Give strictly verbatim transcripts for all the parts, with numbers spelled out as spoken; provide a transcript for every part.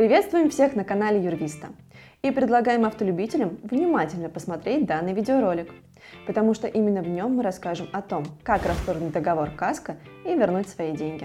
Приветствуем всех на канале Юрвиста и предлагаем автолюбителям внимательно посмотреть данный видеоролик, потому что именно в нем мы расскажем о том, как расторгнуть договор КАСКО и вернуть свои деньги.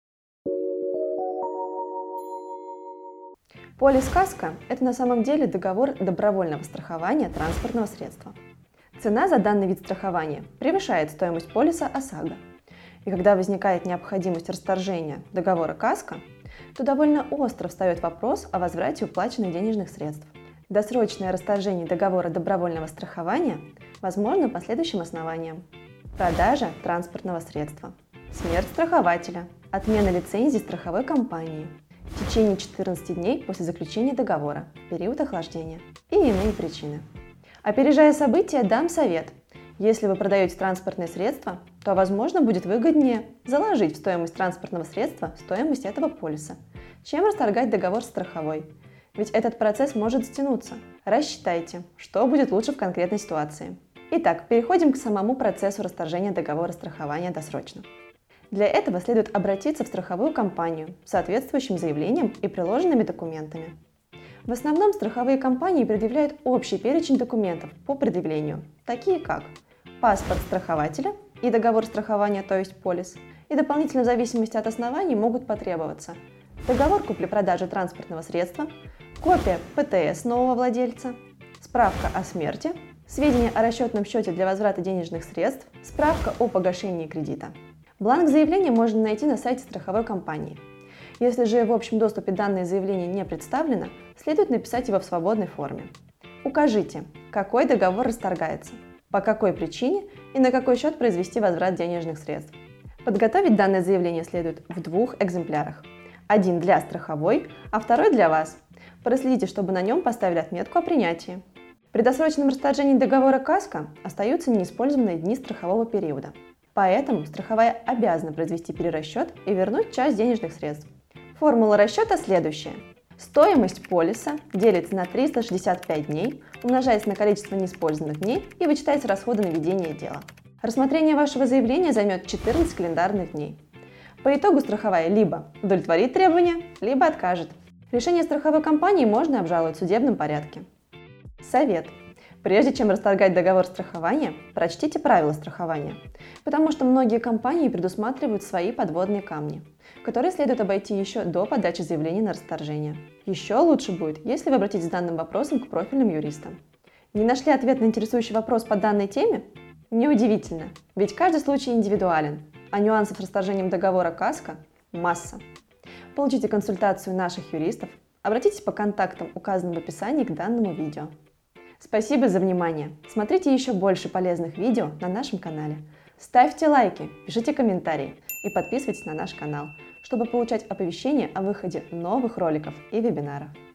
Полис КАСКО – это на самом деле договор добровольного страхования транспортного средства. Цена за данный вид страхования превышает стоимость полиса ОСАГО. И когда возникает необходимость расторжения договора КАСКО, то довольно остро встает вопрос о возврате уплаченных денежных средств. Досрочное расторжение договора добровольного страхования возможно по следующим основаниям: продажа транспортного средства, смерть страхователя, отмена лицензии страховой компании, в течение четырнадцати дней после заключения договора, период охлаждения и иные причины. Опережая события, дам совет. Если вы продаете транспортное средство, то, возможно, будет выгоднее заложить в стоимость транспортного средства стоимость этого полиса, чем расторгать договор страховой. Ведь этот процесс может затянуться. Рассчитайте, что будет лучше в конкретной ситуации. Итак, переходим к самому процессу расторжения договора страхования досрочно. Для этого следует обратиться в страховую компанию с соответствующим заявлением и приложенными документами. В основном страховые компании предъявляют общий перечень документов по предъявлению, такие как паспорт страхователя и договор страхования, то есть полис, и дополнительно в зависимости от оснований могут потребоваться договор купли-продажи транспортного средства, копия ПТС нового владельца, справка о смерти, сведения о расчетном счете для возврата денежных средств, справка о погашении кредита. Бланк заявления можно найти на сайте страховой компании. Если же в общем доступе данное заявление не представлено, следует написать его в свободной форме. Укажите, какой договор расторгается, по какой причине и на какой счет произвести возврат денежных средств. Подготовить данное заявление следует в двух экземплярах. Один для страховой, а второй для вас. Проследите, чтобы на нем поставили отметку о принятии. При досрочном расторжении договора КАСКО остаются неиспользованные дни страхового периода. Поэтому страховая обязана произвести перерасчет и вернуть часть денежных средств. Формула расчета следующая. Стоимость полиса делится на триста шестьдесят пять дней, умножается на количество неиспользованных дней и вычитается расходы на ведение дела. Рассмотрение вашего заявления займет четырнадцать календарных дней. По итогу страховая либо удовлетворит требования, либо откажет. Решение страховой компании можно обжаловать в судебном порядке. Совет. Прежде чем расторгать договор страхования, прочтите правила страхования, потому что многие компании предусматривают свои подводные камни, которые следует обойти еще до подачи заявления на расторжение. Еще лучше будет, если вы обратитесь с данным вопросом к профильным юристам. Не нашли ответ на интересующий вопрос по данной теме? Неудивительно, ведь каждый случай индивидуален, а нюансов с расторжением договора КАСКО масса. Получите консультацию наших юристов, обратитесь по контактам, указанным в описании к данному видео. Спасибо за внимание! Смотрите еще больше полезных видео на нашем канале. Ставьте лайки, пишите комментарии и подписывайтесь на наш канал, чтобы получать оповещения о выходе новых роликов и вебинаров.